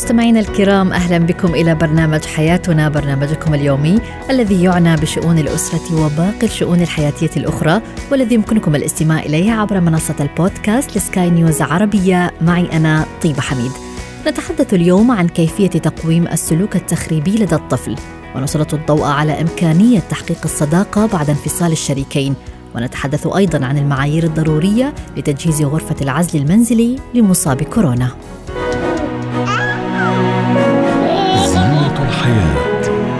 مستمعينا الكرام، أهلا بكم إلى برنامج حياتنا، برنامجكم اليومي الذي يعنى بشؤون الأسرة وباقي الشؤون الحياتية الأخرى، والذي يمكنكم الاستماع إليه عبر منصة البودكاست لسكاي نيوز عربية. معي أنا طيبة حميد. نتحدث اليوم عن كيفية تقويم السلوك التخريبي لدى الطفل، ونسلط الضوء على إمكانية تحقيق الصداقة بعد انفصال الشريكين، ونتحدث أيضا عن المعايير الضرورية لتجهيز غرفة العزل المنزلي لمصاب كورونا. زينة الحياة.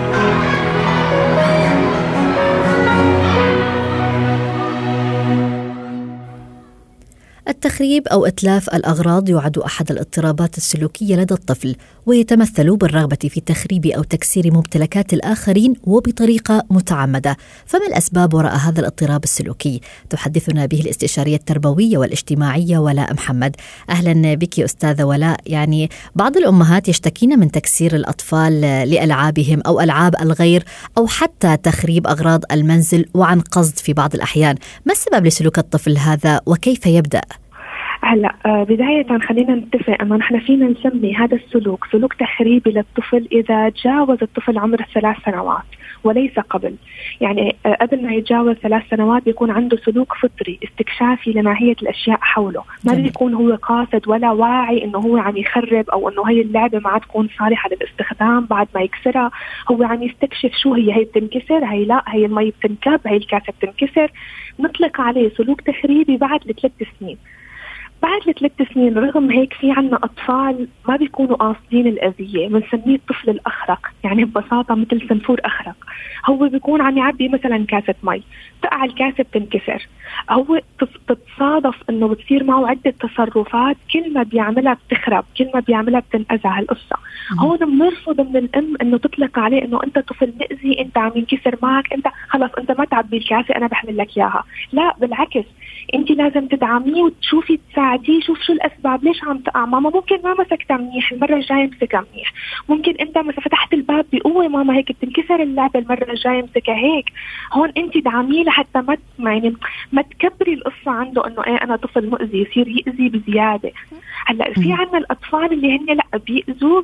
التخريب أو إتلاف الأغراض يعد أحد الاضطرابات السلوكية لدى الطفل، ويتمثل بالرغبة في تخريب أو تكسير ممتلكات الآخرين وبطريقة متعمدة. فما الأسباب وراء هذا الاضطراب السلوكي؟ تحدثنا به الاستشارية التربوية والاجتماعية ولاء محمد. أهلا بك أستاذة ولاء. يعني بعض الأمهات يشتكين من تكسير الأطفال لألعابهم أو ألعاب الغير، أو حتى تخريب أغراض المنزل وعن قصد في بعض الأحيان. ما السبب لسلوك الطفل هذا وكيف يبدأ؟ هلا بداية خلينا نتفق أنه نحن فينا نسمي هذا السلوك سلوك تخريبي للطفل إذا تجاوز الطفل عمر 3 سنوات وليس قبل. يعني قبل ما يتجاوز 3 سنوات بيكون عنده سلوك فطري استكشافي لماهية الأشياء حوله، ما بيكون هو قاصد ولا واعي إنه هو عم يخرب أو إنه هي اللعبة ما عاد تكون صالحة للاستخدام بعد ما يكسرها. هو عم يستكشف شو هي بتنكسر، هي لا، هي المي بتنكب، هي الكاسة بتنكسر. نطلق عليه سلوك تخريبي بعد 3 سنين. بعد 3 سنين رغم هيك في عنا أطفال ما بيكونوا قاصدين الأذية، بنسميه الطفل الأخرق. يعني ببساطة مثل سنفور أخرق، هو بيكون عم يعبي مثلا كاسة مي، تقع الكاسة بتنكسر، هو تتصادف إنه بتصير معه عدة تصرفات كل ما بيعملها بتخرب، كل ما بيعملها بتنأذى. هالقصة هون بنرفض من الأم إنه تطلق عليه إنه أنت طفل مؤذي، أنت عم ينكسر معك، أنت خلص أنت ما تعبي الكاسة أنا بحمل لك إياها. لا بالعكس، أنت لازم تدعميه وتشوفي تساعديه. شوف شو الأسباب، ليش عم تقع؟ ماما ممكن ما مسكتها منيح، المرة الجاية مسكها منيح. ممكن أنت مثلا فتحت الباب بقوة ماما هيك بتنكسر اللعبة، المرة الجاية مسكها هيك. هون أنت دعميه لحتى ما تكبري القصة عنده إنه إيه أنا طفل مؤذي يصير يأذي بزيادة. هلا في عنا الأطفال اللي هن لا بيأذوا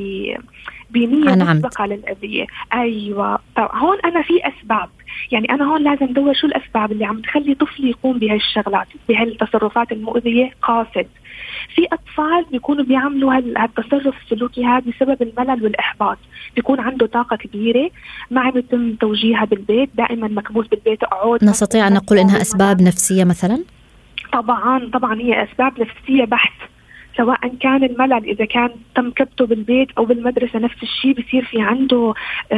بنية مسبقة للأذية. أيوة، طب هون أنا في أسباب. يعني أنا هون لازم دور شو الأسباب اللي عم تخلي طفلي يقوم بهالشغلات بهالتصرفات المؤذية قاصد. في أطفال بيكونوا بيعملوا هالتصرف السلوكي هذا بسبب الملل والإحباط، بيكون عنده طاقة كبيرة ما عم يتم توجيهها بالبيت، دائما مكبوس بالبيت. نستطيع أن نقول إنها أسباب نفسية مثلا؟ طبعا هي أسباب نفسية بحت، سواء كان الملل إذا كان تم كبته بالبيت أو بالمدرسة نفس الشيء. بيصير في عنده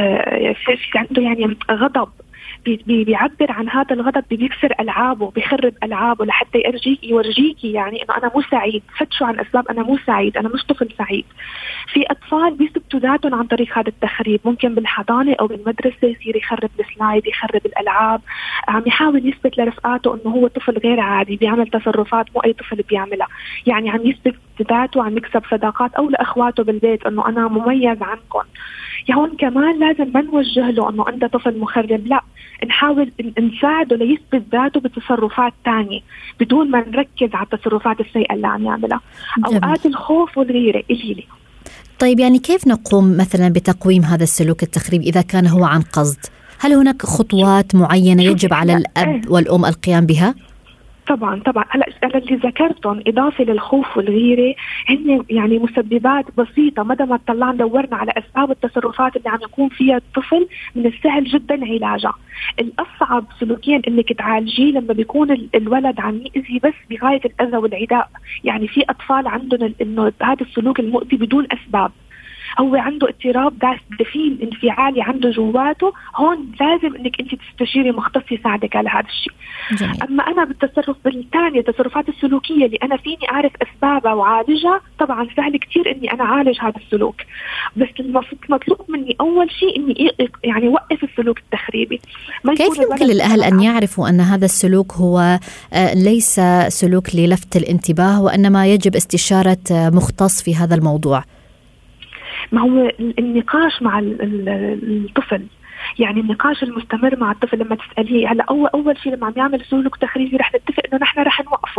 يعني غضب، بيعبر عن هذا الغضب، بيكسر ألعابه، بيخرب ألعابه لحتى يورجيكي يعني إنه أنا مو سعيد. فتشوا عن أسباب أنا مو سعيد، أنا مش طفل سعيد. في أطفال بيثبتوا ذاتهم عن طريق هذا التخريب، ممكن بالحضانة أو بالمدرسة يصير يخرب السلايد، يخرب الألعاب، عم يحاول يثبت لرفقاته إنه هو طفل غير عادي بيعمل تصرفات مو أي طفل بيعملها. يعني عم يثبت ذاته، عم يكسب صداقات أو لأخواته بالبيت إنه أنا مميز عنكم. هون كمان لازم ما نوجه له إنه أنت طفل مخرب، لا، نحاول نساعده ليثبت ذاته بتصرفات تانية بدون ما نركز على التصرفات السيئة اللي عم يعملها. أوقات الخوف والغيرة قليلة. طيب يعني كيف نقوم مثلا بتقويم هذا السلوك التخريب إذا كان هو عن قصد؟ هل هناك خطوات معينة يجب على الأب والأم القيام بها؟ طبعا هلا اللي ذكرتهم إضافة للخوف والغيرة هن يعني مسببات بسيطة. مدى ما طلعنا دورنا على أسباب التصرفات اللي عم يقوم فيها الطفل من السهل جدا علاجها. الأصعب سلوكيا إنك تعالجيه لما بيكون الولد عم يأذي بس بغاية الأذى والعداء. يعني في أطفال عندهم إنه هذا السلوك المؤذي بدون أسباب، هو عنده اضطراب دفين انفعالي عنده جواته. هون لازم انك انت تستشيري مختص يساعدك على هذا الشيء. اما انا بالتصرف بالثانية التصرفات السلوكية اللي انا فيني اعرف اسبابها وعالجها، طبعا سهل كتير اني انا اعالج هذا السلوك. بس المطلوب مني اول شيء اني يعني وقف السلوك التخريبي. كيف يمكن للاهل ان يعرفوا ان هذا السلوك هو ليس سلوك للفت الانتباه، وانما يجب استشارة مختص في هذا الموضوع؟ ما هو النقاش مع الطفل، يعني النقاش المستمر مع الطفل. لما تسأليه هلا أول شيء لما عم يعمل سلوك تخريبي رح نتفق إنه نحن رح نوقفه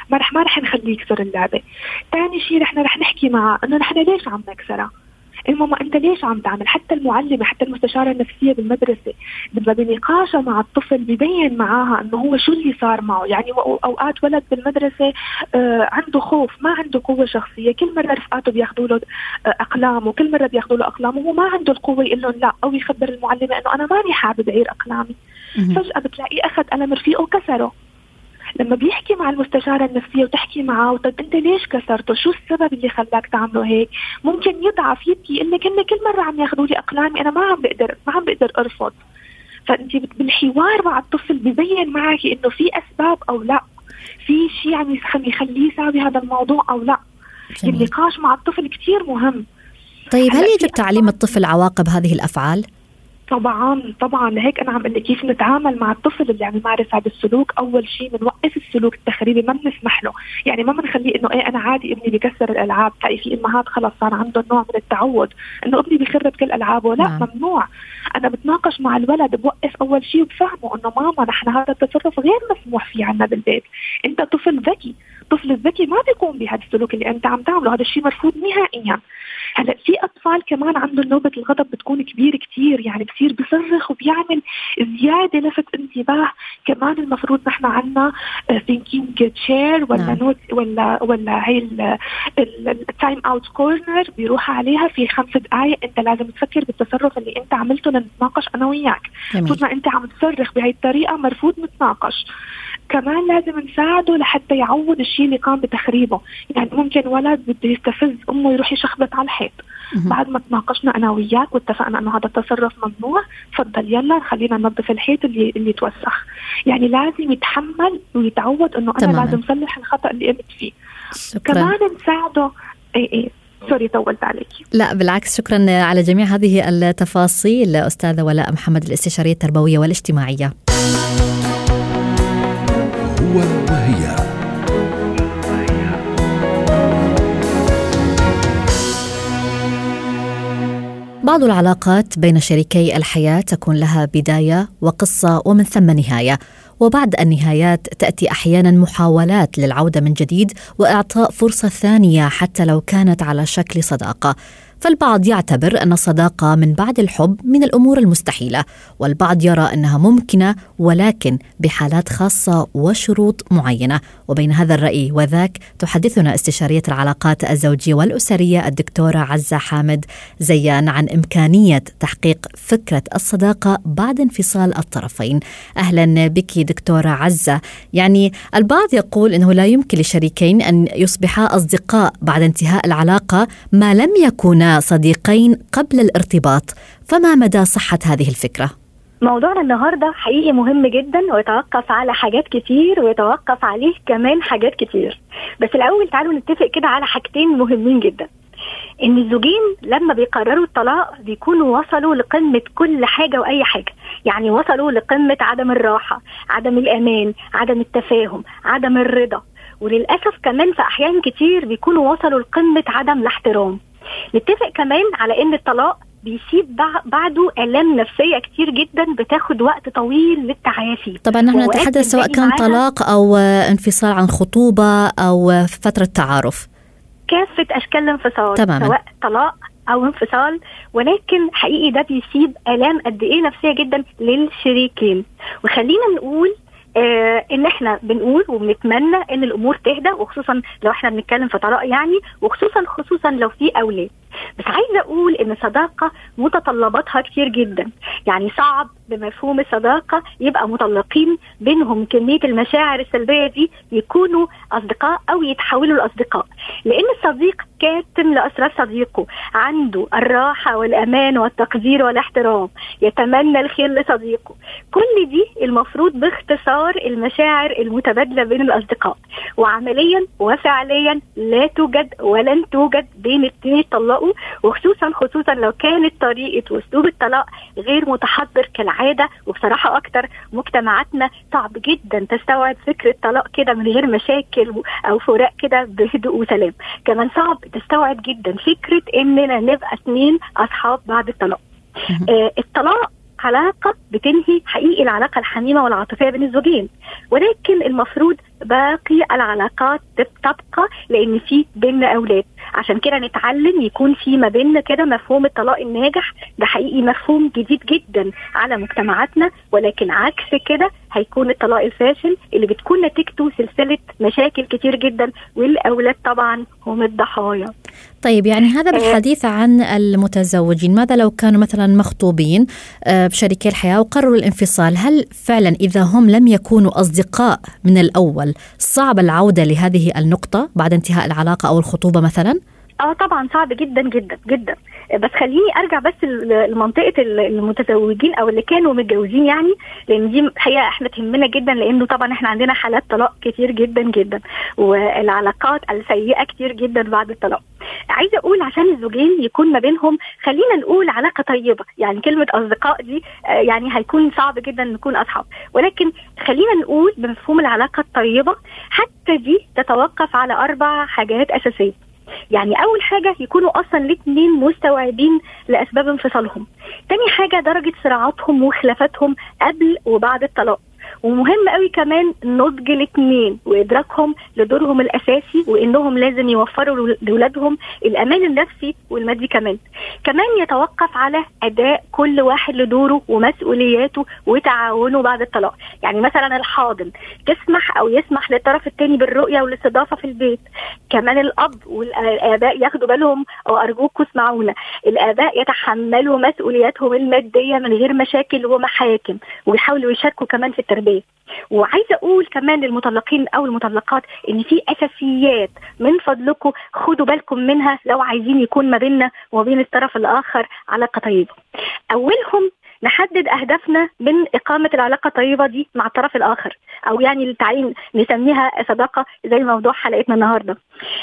ما رح نخليه يكسر اللعبة. تاني شيء رح نحكي معه انه نحن ليش عم نكسرها، الماما انت ليش عم تعمل. حتى المعلمة حتى المستشارة النفسية بالمدرسة بنقاشها مع الطفل بيبين معاها انه هو شو اللي صار معه. يعني اوقات ولد بالمدرسة عنده خوف، ما عنده قوة شخصية، كل مرة رفقاته بياخدوا له اقلام، وكل مرة بياخدوا له اقلام وهو ما عنده القوة يقول لهم لا، او يخبر المعلمة انه انا ماني حابب اعير اقلامي. فجأة بتلاقيه اخذ قلم رفيقه وكسره. لما بيحكي مع المستشارة النفسية وتحكي معه طب انت ليش كسرته، شو السبب اللي خلاك تعمله هيك، ممكن يضعف يبكي يقول لك إن كل مرة عم ياخذوا لي اقلامي انا ما عم بقدر ارفض. فانت بالحوار مع الطفل بيبين معك انه في اسباب او لا، في شيء عم يخليه يساوي هذا الموضوع او لا. النقاش مع الطفل كتير مهم. طيب هل يجب تعليم الطفل عواقب هذه الافعال؟ طبعا لهيك انا عم اقول لك كيف نتعامل مع الطفل اللي عم يمارس هذا السلوك. اول شيء بنوقف السلوك التخريبي، ما بنسمح له، يعني ما بنخليه انه انا عادي ابني بيكسر الالعاب. في امهات خلص صار عندهم نوع من التعود انه ابني بيخرب كل العابه. لا ممنوع. انا بتناقش مع الولد، بوقف اول شيء وبفهمه انه ماما نحن هذا التصرف غير مسموح فيه عنا بالبيت، انت طفل ذكي، الطفل الذكي ما بيقوم بهذا السلوك اللي انت عم تعمله، هذا الشيء مرفوض نهائيا. هلا في اطفال كمان عندهم نوبة الغضب بتكون كبير كتير، يعني بصير بيصرخ وبيعمل زيادة لفت انتباه. كمان المفروض نحن عنا thinking chair ولا نوت ولا هي التايم اوت كورنر بيروح عليها في 5 دقائق انت لازم تفكر بالتصرف اللي انت عملته لنتناقش انا وياك. طول ما انت عم تصرخ بهي الطريقة مرفوض نتناقش. كمان لازم نساعده لحتى يعوض الشيء اللي قام بتخريبه. يعني ممكن ولد بده يستفز امه يروح يشخبط على الحيط، بعد ما تناقشنا انا وياك واتفقنا انه هذا التصرف ممنوع، تفضل يلا خلينا ننظف الحيط اللي توسخ. يعني لازم يتحمل ويتعود انه انا لازم اصلح الخطأ اللي قمت فيه. شكرا. كمان نساعده سوري طولت عليك. لا بالعكس، شكرا على جميع هذه التفاصيل أستاذة ولاء محمد، الاستشارية التربوية والاجتماعية. هو وهي. بعض العلاقات بين شريكي الحياة تكون لها بداية وقصة ومن ثم نهاية، وبعد النهايات تأتي أحيانا محاولات للعودة من جديد وإعطاء فرصة ثانية حتى لو كانت على شكل صداقة. فالبعض يعتبر أن الصداقة من بعد الحب من الأمور المستحيلة، والبعض يرى أنها ممكنة ولكن بحالات خاصة وشروط معينة. وبين هذا الرأي وذاك تحدثنا استشارية العلاقات الزوجية والأسرية الدكتورة عزة حامد زيان عن إمكانية تحقيق فكرة الصداقة بعد انفصال الطرفين. أهلا بك دكتورة عزة. يعني البعض يقول أنه لا يمكن لشريكين أن يصبحا أصدقاء بعد انتهاء العلاقة ما لم يكونا صديقين قبل الارتباط، فما مدى صحة هذه الفكرة؟ موضوعنا النهاردة حقيقي مهم جدا، ويتوقف على حاجات كتير، ويتوقف عليه كمان حاجات كتير. بس الأول تعالوا نتفق كده على حاجتين مهمين جدا. إن الزوجين لما بيقرروا الطلاق بيكونوا وصلوا لقمة كل حاجة وأي حاجة. يعني وصلوا لقمة عدم الراحة، عدم الأمان، عدم التفاهم، عدم الرضا، وللأسف كمان في أحيان كتير بيكونوا وصلوا لقمة عدم الاحترام. نتفق كمان على ان الطلاق بيسيب بعده آلام نفسية كتير جدا بتاخد وقت طويل للتعافي. طبعا نحن نتحدث سواء كان طلاق او انفصال عن خطوبة او فترة تعارف، كافة اشكال الانفصال تماما. سواء طلاق او انفصال، ولكن حقيقي ده بيسيب آلام قد ايه نفسية جدا للشريكين. وخلينا نقول ان احنا بنقول وبنتمنى ان الامور تهدى، وخصوصا لو احنا بنتكلم في طلاق يعني، وخصوصا لو في اولاد. بس عايزه اقول ان الصداقه متطلباتها كتير جدا. يعني صعب بمفهوم الصداقه يبقى مطلقين بينهم كميه المشاعر السلبيه دي يكونوا اصدقاء او يتحولوا لاصدقاء، لان الصديق كاتم لاسرار صديقه، عنده الراحه والامان والتقدير والاحترام، يتمنى الخير لصديقه. كل دي المفروض باختصار المشاعر المتبادله بين الاصدقاء، وعمليا وفعليا لا توجد ولن توجد بين الاثنين يطلقوا، وخصوصا لو كانت طريقه واسلوب الطلاق غير متحضر كالعاده. وبصراحه اكتر مجتمعاتنا صعب جدا تستوعب فكره طلاق كده من غير مشاكل او فراق كده بهدوء وسلام. كمان صعب تستوعب جدا فكره اننا نبقى اثنين اصحاب بعد الطلاق. الطلاق علاقة بتنهي حقيقي العلاقة الحميمة والعاطفية بين الزوجين، ولكن المفروض باقي العلاقات تبقى لأن في بيننا أولاد. عشان كده نتعلم يكون في ما بيننا كده مفهوم الطلاق الناجح. ده حقيقي مفهوم جديد جدا على مجتمعاتنا، ولكن عكس كده هيكون الطلاق الفاشل اللي بتكون نتيجته سلسلة مشاكل كتير جدا، والأولاد طبعا هم الضحايا. طيب يعني هذا بالحديث عن المتزوجين، ماذا لو كانوا مثلا مخطوبين بشريكي الحياة وقرروا الانفصال؟ هل فعلا إذا هم لم يكونوا أصدقاء من الأول صعب العودة لهذه النقطة بعد انتهاء العلاقة أو الخطوبة مثلا؟ طبعا صعب جدا جدا جدا. بس خليني ارجع بس لمنطقه المتزوجين او اللي كانوا متجوزين، يعني لان دي حقيقه احنا تهمنا جدا، لانه طبعا احنا عندنا حالات طلاق كتير جدا جدا والعلاقات السيئه كتير جدا بعد الطلاق. عايزه اقول عشان الزوجين يكون ما بينهم خلينا نقول علاقه طيبه، يعني كلمه اصدقاء دي يعني هيكون صعب جدا نكون اصحاب، ولكن خلينا نقول بمفهوم العلاقه الطيبه حتى دي تتوقف على 4 حاجات اساسيه. يعني أول حاجة يكونوا أصلا الاثنين مستوعبين لأسباب انفصالهم. تاني حاجة درجة صراعاتهم وخلافاتهم قبل وبعد الطلاق. ومهم قوي كمان نضج الاثنين وإدراكهم لدورهم الأساسي، وإنهم لازم يوفروا لأولادهم الأمان النفسي والمادي كمان يتوقف على أداء كل واحد لدوره ومسؤولياته وتعاونه بعد الطلاق. يعني مثلا الحاضن تسمح أو يسمح للطرف الثاني بالرؤية والاستضافة في البيت. كمان الأب والآباء ياخدوا بالهم، أو أرجوكوا اسمعونا، الآباء يتحملوا مسؤولياتهم المادية من غير مشاكل ومحاكم، ويحاولوا يشاركوا كمان في التربية. وعايزة أقول كمان للمطلقين أو المطلقات إن في أساسيات من فضلكم خدوا بالكم منها لو عايزين يكون ما بيننا وبين الطرف الآخر علاقة طيبة. أولهم نحدد أهدافنا من إقامة العلاقة الطيبة دي مع الطرف الآخر، أو يعني التعيين نسميها صداقة زي موضوع حلقتنا النهاردة.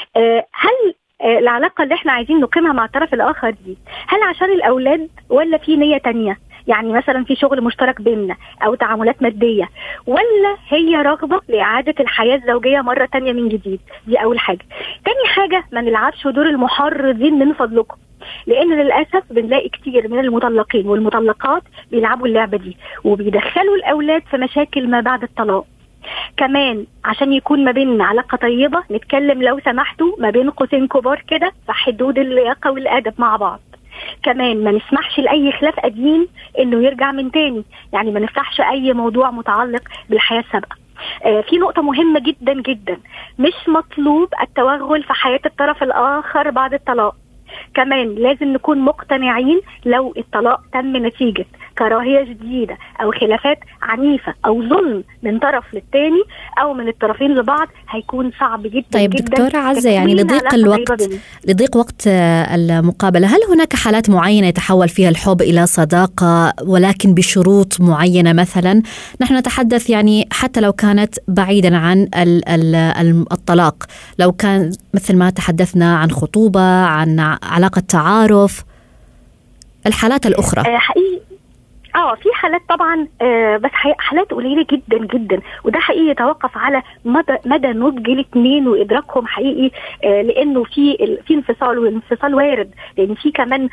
هل العلاقة اللي احنا عايزين نقيمها مع الطرف الآخر دي هل عشان الأولاد ولا في نية تانية؟ يعني مثلا في شغل مشترك بيننا أو تعاملات مادية، ولا هي رغبة لإعادة الحياة الزوجية مرة تانية من جديد؟ دي أول حاجة. تاني حاجة ما نلعبش دور المحرضين من فضلكم، لأن للأسف بنلاقي كتير من المطلقين والمطلقات بيلعبوا اللعبة دي وبيدخلوا الأولاد في مشاكل ما بعد الطلاق. كمان عشان يكون ما بيننا علاقة طيبة نتكلم لو سمحتوا ما بين قوسين كبار كده في حدود اللياقة والأدب مع بعض. كمان ما نسمحش لأي خلاف قديم إنه يرجع من تاني، يعني ما نفتحش أي موضوع متعلق بالحياة السابقة. في نقطة مهمة جدا جدا، مش مطلوب التوغل في حياة الطرف الآخر بعد الطلاق. كمان لازم نكون مقتنعين لو الطلاق تم نتيجة كراهية شديدة أو خلافات عنيفة أو ظلم من طرف للتاني أو من الطرفين لبعض هيكون صعب جدا. طيب جدا دكتورة عزة، يعني لضيق وقت المقابلة، هل هناك حالات معينة يتحول فيها الحب إلى صداقة ولكن بشروط معينة؟ مثلا نحن نتحدث يعني حتى لو كانت بعيدا عن الطلاق، لو كان مثل ما تحدثنا عن خطوبة، عن علاقة تعارف، الحالات الأخرى. حقيقي في حالات طبعا، بس حالات قليله جدا جدا، وده حقيقي يتوقف على مدى نضج الاثنين وادراكهم حقيقي، لانه في انفصال، والانفصال وارد، لان في كمان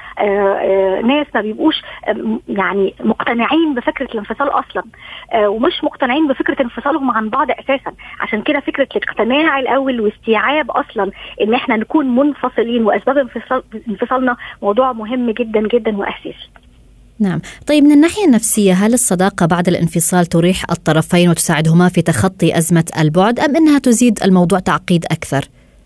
ناس ما بيبقوش يعني مقتنعين بفكره الانفصال اصلا، ومش مقتنعين بفكره انفصالهم عن بعض اساسا. عشان كده فكره الاقتناع الاول واستيعاب اصلا ان احنا نكون منفصلين واسباب انفصالنا موضوع مهم جدا جدا واساسي. نعم. طيب من الناحية النفسية، هل الصداقة بعد الانفصال تريح الطرفين وتساعدهما في تخطي أزمة البعد، أم أنها تزيد الموضوع تعقيد أكثر؟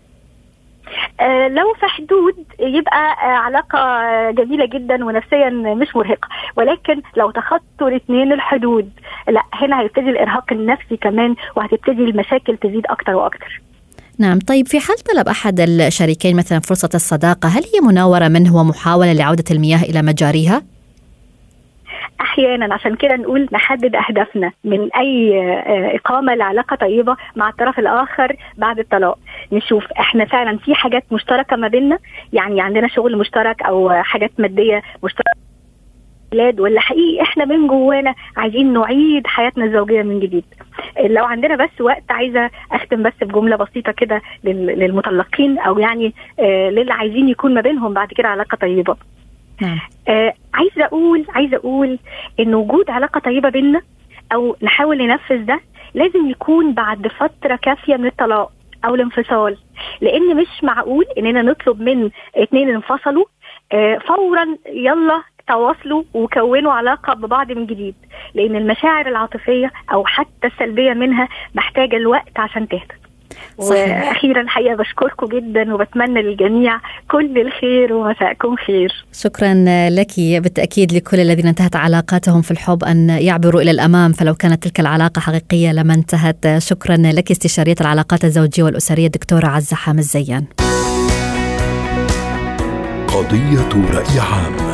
لو في حدود يبقى علاقة جميلة جدا ونفسيا مش مرهقة، ولكن لو تخطوا الاثنين الحدود لا، هنا هيبتدي الإرهاق النفسي كمان، وهتبتدي المشاكل تزيد أكتر وأكتر. نعم. طيب في حال طلب أحد الشريكين مثلا فرصة الصداقة، هل هي مناورة منه ومحاولة لعودة المياه إلى مجاريها؟ أحيانا. عشان كده نقول نحدد أهدافنا من أي إقامة لعلاقة طيبة مع الطرف الآخر بعد الطلاق. نشوف إحنا فعلا في حاجات مشتركة ما بيننا، يعني عندنا شغل مشترك أو حاجات مادية مشتركة، ولا حقيقي إحنا من جوانا عايزين نعيد حياتنا الزوجية من جديد. لو عندنا بس وقت، عايزة أختم بس بجملة بسيطة كده للمطلقين، أو يعني للي عايزين يكون ما بينهم بعد كده علاقة طيبة. نعم. عايزة أقول إن وجود علاقة طيبة بيننا أو نحاول ننفذ ده لازم يكون بعد فترة كافية من الطلاق أو الانفصال، لأن مش معقول إننا نطلب من اتنين انفصلوا فورا يلا تواصلوا وكونوا علاقة ببعض من جديد، لأن المشاعر العاطفية أو حتى السلبية منها محتاجة الوقت عشان تهدى. وأخيرا الحقيقة بشكركم جدا وبتمنى للجميع كل الخير ومساءكم خير. شكرا لك. بالتأكيد لكل الذين انتهت علاقاتهم في الحب أن يعبروا إلى الأمام، فلو كانت تلك العلاقة حقيقية لما انتهت. شكرا لك استشارية العلاقات الزوجية والأسرية الدكتورة عزة حامد زيان. قضية رأي عام.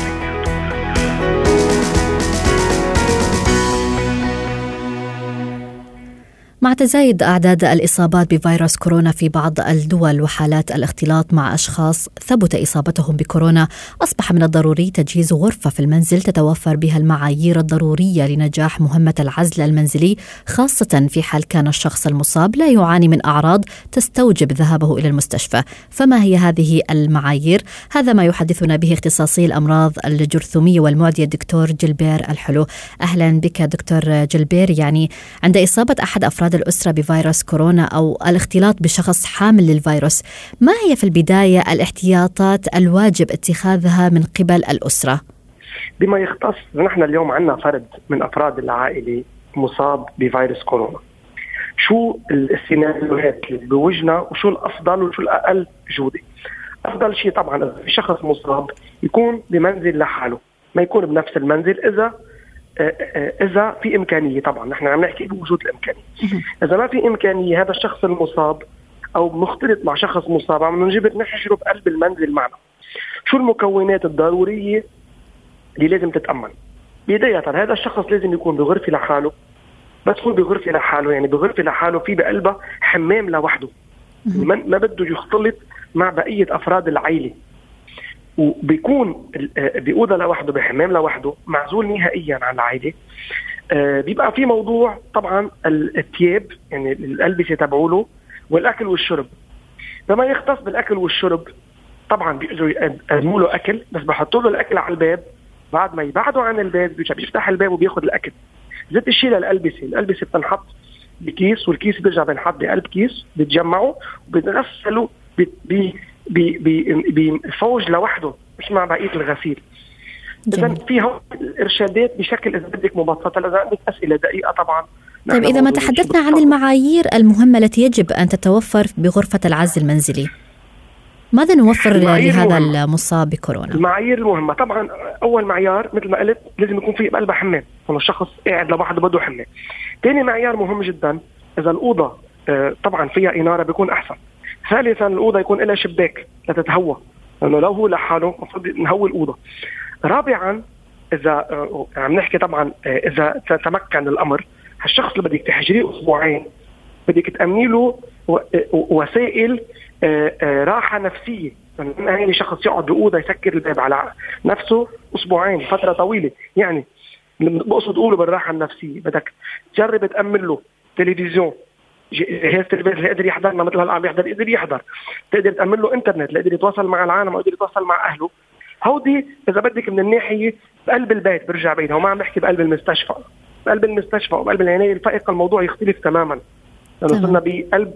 مع تزايد أعداد الإصابات بفيروس كورونا في بعض الدول وحالات الاختلاط مع أشخاص ثبت إصابتهم بكورونا، أصبح من الضروري تجهيز غرفة في المنزل تتوفر بها المعايير الضرورية لنجاح مهمة العزل المنزلي، خاصة في حال كان الشخص المصاب لا يعاني من أعراض تستوجب ذهابه إلى المستشفى. فما هي هذه المعايير؟ هذا ما يحدثنا به اختصاصي الأمراض الجرثومية والمعدية الدكتور جلبير الحلو. أهلا بك دكتور جلبير. يعني عند إصابة أحد أفراد الأسرة بفيروس كورونا أو الاختلاط بشخص حامل للفيروس، ما هي في البداية الاحتياطات الواجب اتخاذها من قبل الأسرة؟ بما يختص، نحن اليوم عندنا فرد من أفراد العائلة مصاب بفيروس كورونا. شو السيناريوهات اللي بوجهنا وشو الأفضل وشو الأقل جودة؟ أفضل شيء طبعا إذا في شخص مصاب يكون بمنزل لحاله، ما يكون بنفس المنزل إذا في إمكانية. طبعا نحن عم نحكي بوجود الإمكانية. إذا ما في إمكانية، هذا الشخص المصاب أو مختلط مع شخص مصاب عم نجبر نحشره بقلب المنزل معنا. شو المكونات الضرورية اللي لازم تتأمن؟ بداية هذا الشخص لازم يكون بغرفة لحاله. بس يكون بغرفة لحاله يعني بغرفة لحاله في بقلبها حمام لوحده، ما بده يختلط مع بقية أفراد العائلة، وبيكون بأوضة لوحده بحمام لوحده معزول نهائيا عن العائلة. بيبقى في موضوع طبعا الثياب، يعني الألبسة تبعوله، والأكل والشرب. لما يختص بالأكل والشرب طبعا بيقدروا يقدموا له أكل، بس بحطوا له الأكل على الباب. بعد ما يبعدوا عن الباب بيفتح الباب وبياخد الأكل. زيت الشيء الألبسة بتنحط بكيس، والكيس بيرجع بينحط بقلب كيس، بيتجمعوا وبيتغسلوا بفوج لوحده مش مع بقية الغسيل. إذا فيها الإرشادات بشكل إذا بدك مبسطة، إذا عندك أسئلة دقيقة طبعا. طيب إذا ما تحدثنا عن المعايير المهمة التي يجب أن تتوفر بغرفة العزل المنزلي، ماذا نوفر لهذا المصاب بكورونا؟ المعايير المهمة طبعا، أول معيار مثل ما قلت لازم يكون في قلب حمام، يعني الشخص قاعد لوحده بده حمام. ثاني معيار مهم جدا، إذا الأوضة طبعا فيها إنارة بيكون أحسن. ثالثا الأوضة يكون لها شباك لتتهوى، لأنه لو هو لحاله المفروض نهوي الأوضة. رابعا إذا عم نحكي طبعا إذا تتمكن الأمر، هالشخص اللي بدك تحجريه أسبوعين بدك تأمني له وسائل راحة نفسية. يعني شخص يقعد بأوضة يسكر الباب على نفسه أسبوعين، فترة طويلة. يعني بقصد أقوله بالراحة النفسية بدك تجرب تأمن له تلفزيون، جهاز تلفزيون اللي قدر يحضرنا مثل هالعام يقدر يحضر، تقدر تأمن له إنترنت اللي قدر يتواصل مع العالم وقدر يتواصل مع أهله. هودي إذا بدك من الناحية بقلب البيت برجع بينها، وما عم نحكي بقلب المستشفى. بقلب المستشفى وبقلب العناية الفائقة الموضوع يختلف تماما، لأنه صرنا بقلب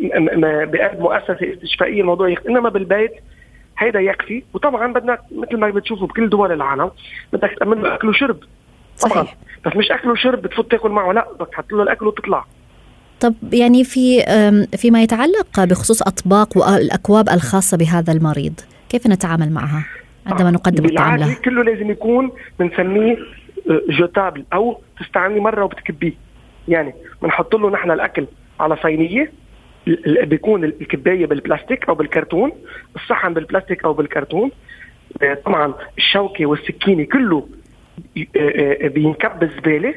مؤسسة استشفائية الموضوع يختلف. إنما بالبيت هيدا يكفي. وطبعا بدنا مثل ما بتشوفوا بكل دول العالم بدك تأمن له أكل وشرب طبعا. صحيح. بس مش أكل وشرب بتفوت تاكل معه، لا بدك تحط له الأكل وتطلع. طب يعني فيما يتعلق بخصوص أطباق والأكواب الخاصة بهذا المريض، كيف نتعامل معها عندما نقدم الطعام له؟ كله لازم يكون بنسميه جوتابل أو تستعملي مرة وبتكبيه. يعني بنحط له نحن الأكل على صينية، بيكون الكباية بالبلاستيك أو بالكرتون، الصحن بالبلاستيك أو بالكرتون. طبعا الشوكة والسكينة كله بينكب الزبالة،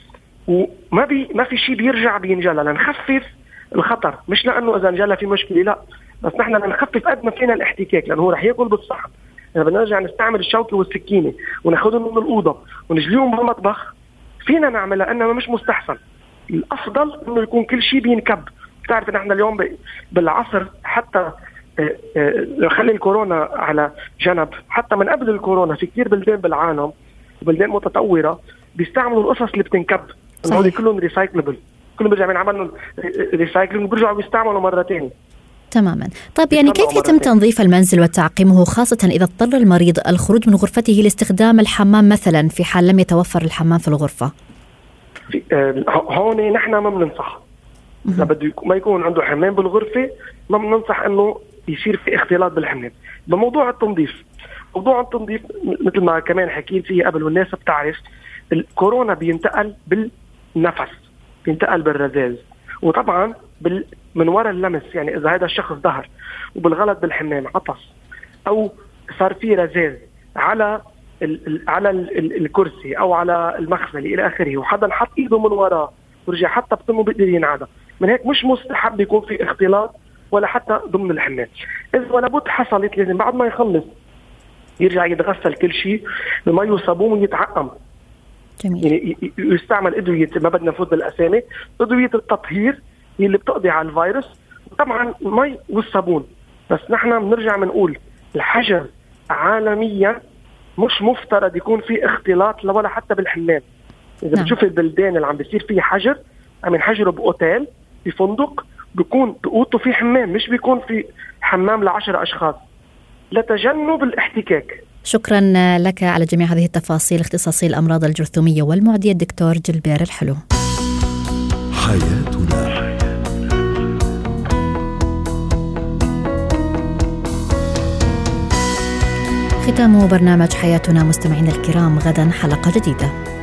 وما في شيء بيرجع بينجلى لنخفف الخطر. مش لأنه إذا انجلى في مشكلة، لا، بس نحن نخفف قد ما فينا الاحتكاك، لأنه هو رح يأكل بالصحن. إذا بدنا نرجع نستعمل الشوكة والسكينة وناخذهم من الأوضة ونجليهم بالمطبخ فينا نعملها، إنما مش مستحسن. الأفضل إنه يكون كل شيء بينكب. بتعرف نحن اليوم بالعصر حتى خلي الكورونا على جنب، حتى من قبل الكورونا في كتير بلدان بالعالم وبلدان متطورة بيستعملوا القصص اللي بتنكب، هذول كلهم ريسايكلبل، كلهم بيرجعوا ينعملوا ريسايكلينج بيرجعوا بيستعملوا مرة تانية. تماما. طيب يعني كيف يتم تنظيف المنزل وتعقيمه، خاصة إذا اضطر المريض الخروج من غرفته لاستخدام الحمام مثلا في حال لم يتوفر الحمام في الغرفة؟ هون نحن ما بننصح، إذا بده ما يكون عنده حمام بالغرفة ما بننصح إنه يصير في اختلاط بالحمام. بموضوع التنظيف، موضوع التنظيف مثل ما كمان حكيت فيه قبل والناس بتعرف، الكورونا بينتقل بالنفس، بينتقل بالرذاذ، وطبعا من وراء اللمس. يعني إذا هذا الشخص ظهر وبالغلط بالحمام عطس أو صار فيه رذاذ على الكرسي أو على المخزن إلى آخره، وحدا حط إيده من وراه ورجع حتى بطنه بيقدر ينعدى، من هيك مش مستحب يكون في اختلاط ولا حتى ضمن الحمام. إذا ولا بد حصلت لازم بعد ما يخلص يرجع يتغسل كل شيء بماء وصابون ويتعقم. جميل. يعني يستعمل أدوية، ما بدنا نفوت بالأسامي، أدوية التطهير اللي بتقضي على الفيروس، وطبعا مي والصابون. بس نحن بنرجع بنقول الحجر عالميا مش مفترض يكون في اختلاط ولا حتى بالحمام. إذا بتشوف البلدان اللي عم بيصير فيه حجر، عم حجره بأوتيل بفندق، بيكون بأوضته في حمام، مش بيكون في حمام ل10 أشخاص، لتجنب الاحتكاك. شكرا لك على جميع هذه التفاصيل، اختصاصي الأمراض الجرثومية والمعدية الدكتور جلبير الحلو. حياتنا. ختام برنامج حياتنا مستمعينا الكرام، غدا حلقة جديدة.